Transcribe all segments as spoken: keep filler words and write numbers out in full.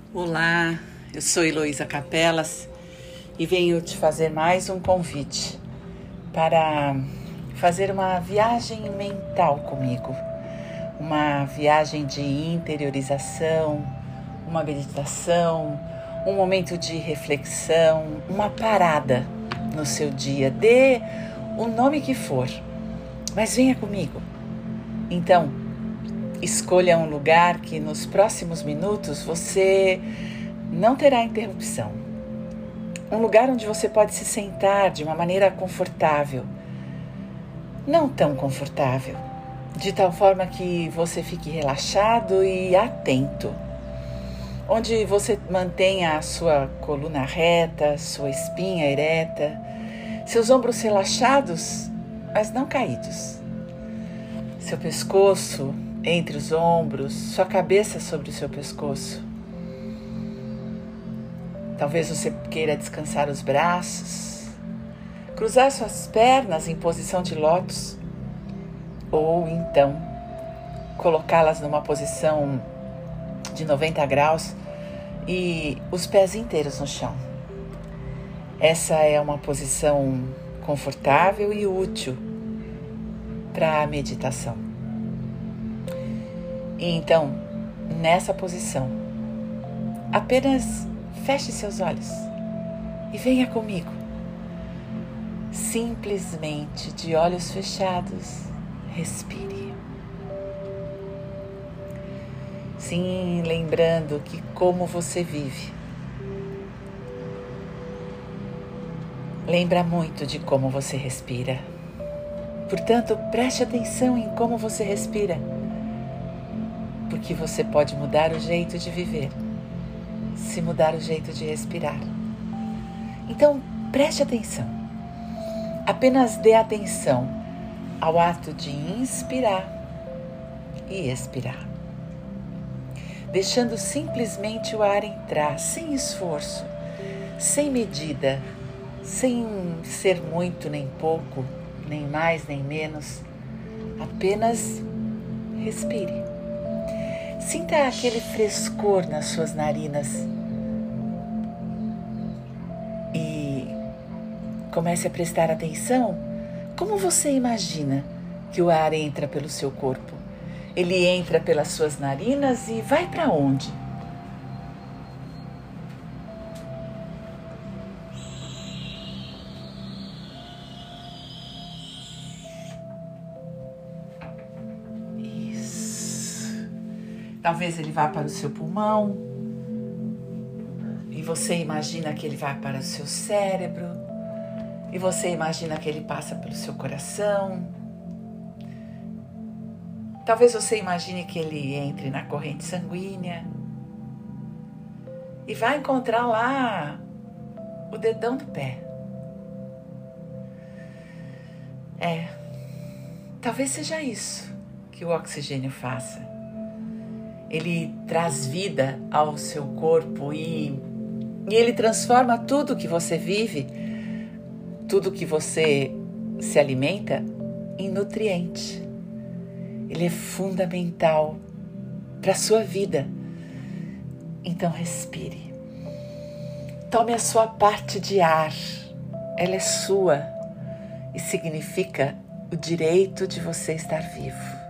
Olá, eu sou Heloísa Capelas e venho te fazer mais um convite para fazer uma viagem mental comigo, uma viagem de interiorização, uma meditação, um momento de reflexão, uma parada no seu dia, dê o nome que for, mas venha comigo. Então, escolha um lugar que nos próximos minutos você não terá interrupção. Um lugar onde você pode se sentar de uma maneira confortável, não tão confortável, de tal forma que você fique relaxado e atento. Onde você mantenha a sua coluna reta, sua espinha ereta, seus ombros relaxados, mas não caídos. Seu pescoço entre os ombros, sua cabeça sobre o seu pescoço. Talvez você queira descansar os braços, cruzar suas pernas em posição de lótus, ou então colocá-las numa posição de noventa graus e os pés inteiros no chão. Essa é uma posição confortável e útil para a meditação. E então, nessa posição, apenas feche seus olhos e venha comigo. Simplesmente de olhos fechados, respire. Sim, lembrando que como você vive, lembra muito de como você respira. Portanto, preste atenção em como você respira, porque você pode mudar o jeito de viver, se mudar o jeito de respirar. Então, preste atenção. Apenas dê atenção ao ato de inspirar e expirar, deixando simplesmente o ar entrar, sem esforço, sem medida, sem ser muito nem pouco, nem mais nem menos. Apenas respire. Sinta aquele frescor nas suas narinas e comece a prestar atenção como você imagina que o ar entra pelo seu corpo. Ele entra pelas suas narinas e vai para onde? Talvez ele vá para o seu pulmão e você imagina que ele vai para o seu cérebro e você imagina que ele passa pelo seu coração. Talvez você imagine que ele entre na corrente sanguínea e vai encontrar lá o dedão do pé. É, talvez seja isso que o oxigênio faça. Ele traz vida ao seu corpo e, e ele transforma tudo que você vive, tudo que você se alimenta, em nutriente. Ele é fundamental para a sua vida. Então respire. Tome a sua parte de ar. Ela é sua e significa o direito de você estar vivo.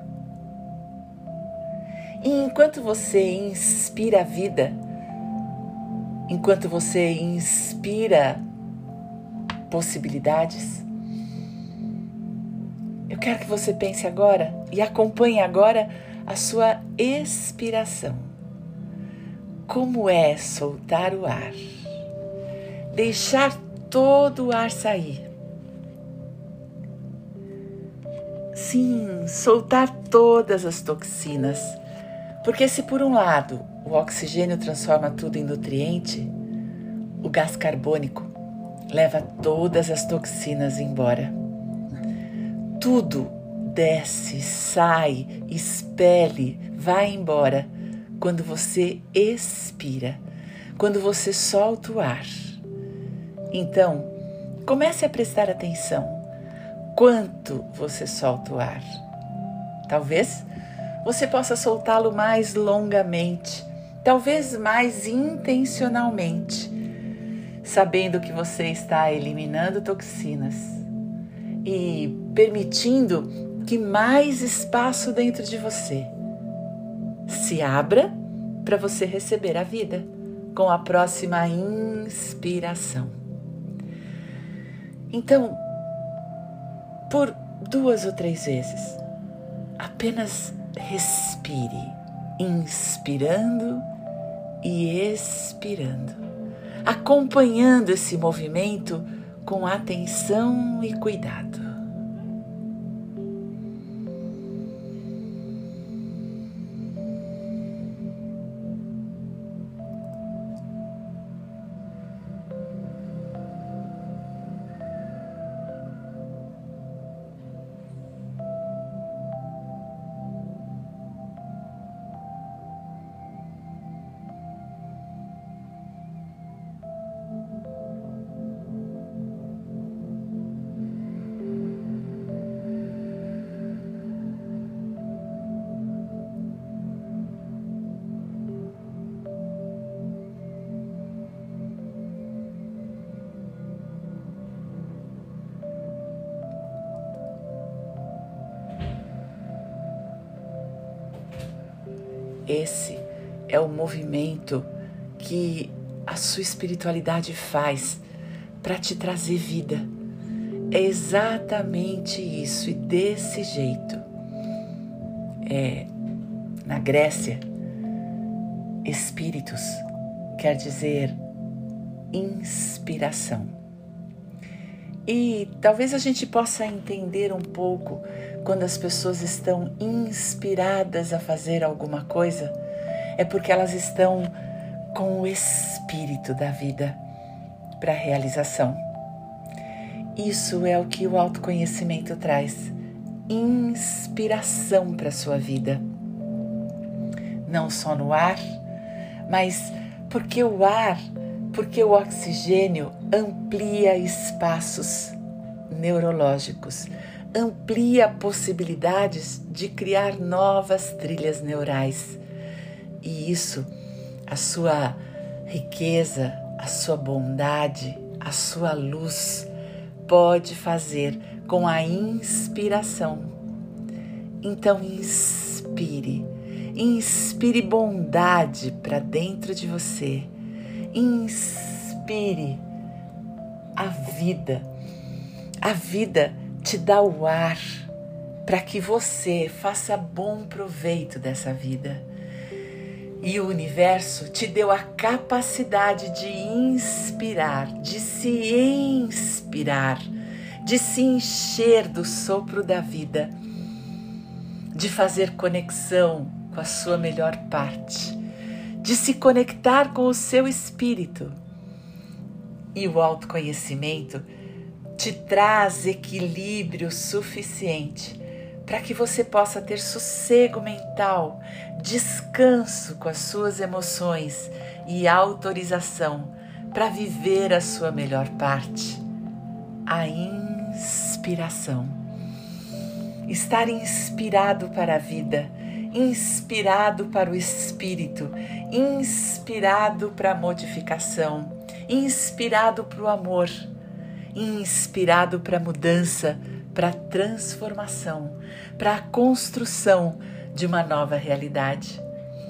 E enquanto você inspira a vida, enquanto você inspira possibilidades, eu quero que você pense agora e acompanhe agora a sua expiração. Como é soltar o ar? Deixar todo o ar sair. Sim, soltar todas as toxinas. Porque se por um lado o oxigênio transforma tudo em nutriente, o gás carbônico leva todas as toxinas embora. Tudo desce, sai, expele, vai embora quando você expira, quando você solta o ar. Então, comece a prestar atenção. Quanto você solta o ar? Talvez você possa soltá-lo mais longamente, talvez mais intencionalmente, sabendo que você está eliminando toxinas e permitindo que mais espaço dentro de você se abra para você receber a vida com a próxima inspiração. Então, por duas ou três vezes, apenas respire, inspirando e expirando, acompanhando esse movimento com atenção e cuidado. Esse é o movimento que a sua espiritualidade faz para te trazer vida. É exatamente isso, e desse jeito. É, na Grécia, espíritos quer dizer inspiração. E talvez a gente possa entender um pouco quando as pessoas estão inspiradas a fazer alguma coisa, é porque elas estão com o espírito da vida para a realização. Isso é o que o autoconhecimento traz, inspiração para a sua vida. Não só no ar, mas porque o ar, porque o oxigênio amplia espaços neurológicos, amplia possibilidades de criar novas trilhas neurais. E isso, a sua riqueza, a sua bondade, a sua luz, pode fazer com a inspiração. Então inspire, inspire bondade para dentro de você, inspire a vida. A vida te dá o ar para que você faça bom proveito dessa vida. E o universo te deu a capacidade de inspirar, de se inspirar, de se encher do sopro da vida, de fazer conexão com a sua melhor parte, de se conectar com o seu espírito. E o autoconhecimento te traz equilíbrio suficiente para que você possa ter sossego mental, descanso com as suas emoções e autorização para viver a sua melhor parte, a inspiração. Estar inspirado para a vida, inspirado para o espírito, inspirado para a modificação, inspirado para o amor, inspirado para a mudança, para a transformação, para a construção de uma nova realidade.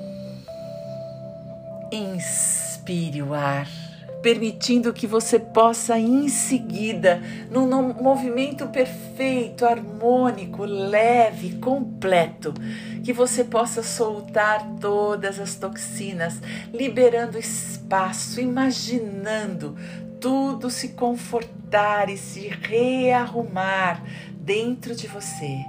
Inspire o ar, permitindo que você possa em seguida, num movimento perfeito, harmônico, leve, completo, que você possa soltar todas as toxinas, liberando espaço, imaginando tudo se confortar e se rearrumar dentro de você.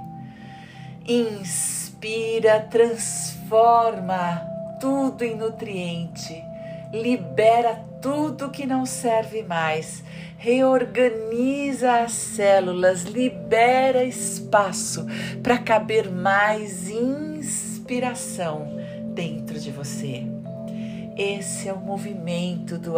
Inspira, transforma tudo em nutriente, libera tudo que não serve mais, reorganiza as células, libera espaço para caber mais inspiração dentro de você. Esse é o movimento do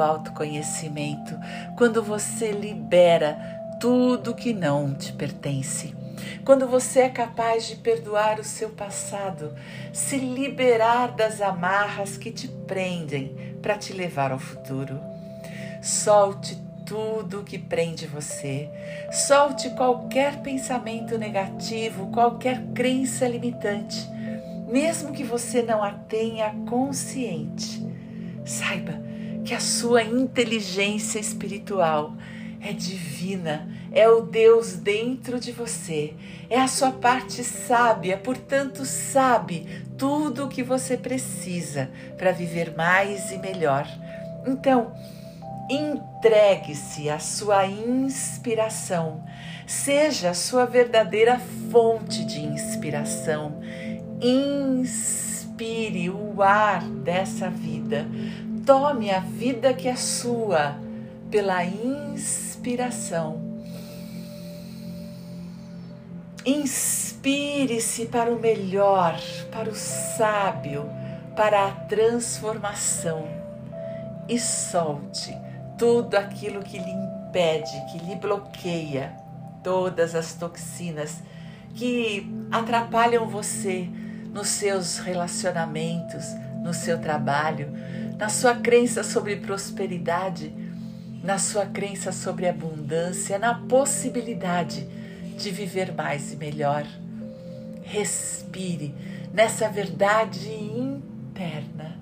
autoconhecimento, quando você libera tudo que não te pertence. Quando você é capaz de perdoar o seu passado, se liberar das amarras que te prendem para te levar ao futuro. Solte tudo que prende você. Solte qualquer pensamento negativo, qualquer crença limitante, mesmo que você não a tenha consciente. Saiba que a sua inteligência espiritual é divina, é o Deus dentro de você, é a sua parte sábia, portanto sabe tudo o que você precisa para viver mais e melhor. Então, entregue-se à sua inspiração, seja a sua verdadeira fonte de inspiração. Inspire o ar dessa vida, tome a vida que é sua pela inspiração. Inspire-se para o melhor, para o sábio, para a transformação e solte tudo aquilo que lhe impede, que lhe bloqueia, todas as toxinas que atrapalham você nos seus relacionamentos, no seu trabalho, na sua crença sobre prosperidade, na sua crença sobre abundância, na possibilidade de viver mais e melhor. Respire nessa verdade interna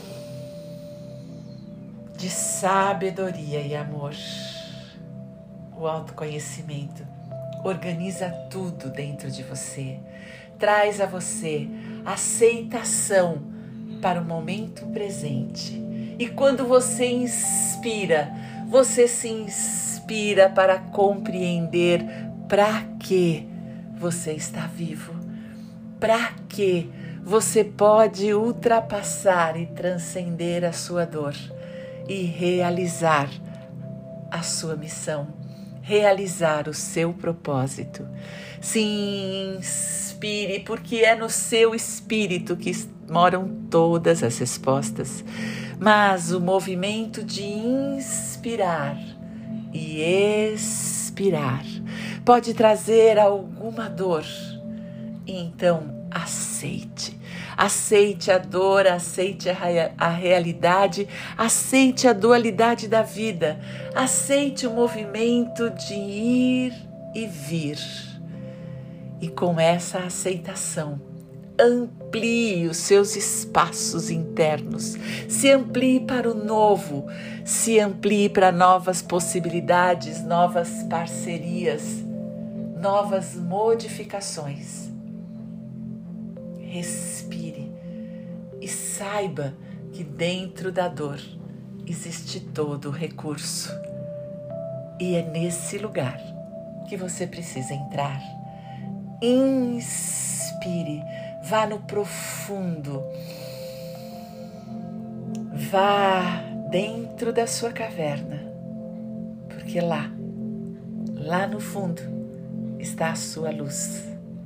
de sabedoria e amor. O autoconhecimento organiza tudo dentro de você, traz a você aceitação para o momento presente. E quando você inspira, você se inspira para compreender para que você está vivo, para que você pode ultrapassar e transcender a sua dor e realizar a sua missão, realizar o seu propósito. Se inspire, porque é no seu espírito que moram todas as respostas. Mas o movimento de inspirar e expirar pode trazer alguma dor. Então, aceite. Aceite a dor, aceite a, a realidade, aceite a dualidade da vida, aceite o movimento de ir e vir. E com essa aceitação, amplie os seus espaços internos, se amplie para o novo, se amplie para novas possibilidades, novas parcerias, novas modificações. Respire e saiba que dentro da dor existe todo o recurso. E é nesse lugar que você precisa entrar. Inspire, vá no profundo, vá dentro da sua caverna, porque lá, lá no fundo está a sua luz.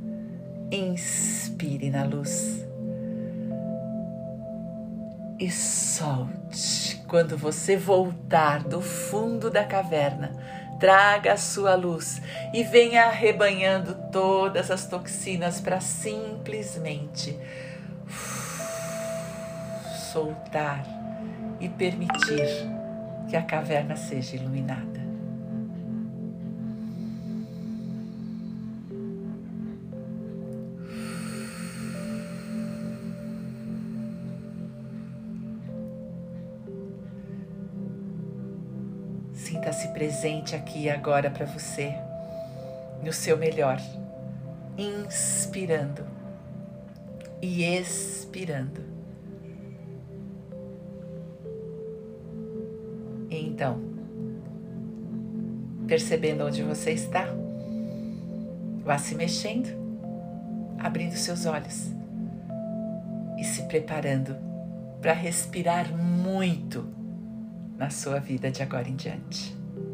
Inspire na luz e solte. Quando você voltar do fundo da caverna, traga a sua luz e venha arrebanhando todas as toxinas para simplesmente soltar e permitir que a caverna seja iluminada. Sinta-se presente aqui e agora para você, no seu melhor, inspirando e expirando. E então, percebendo onde você está, vá se mexendo, abrindo seus olhos e se preparando para respirar muito na sua vida de agora em diante.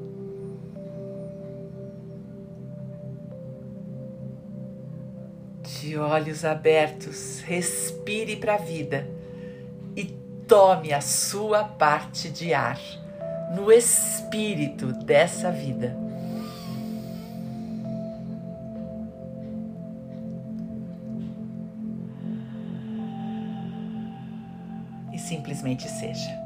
De olhos abertos, respire para a vida e tome a sua parte de ar no espírito dessa vida. simplesmente seja.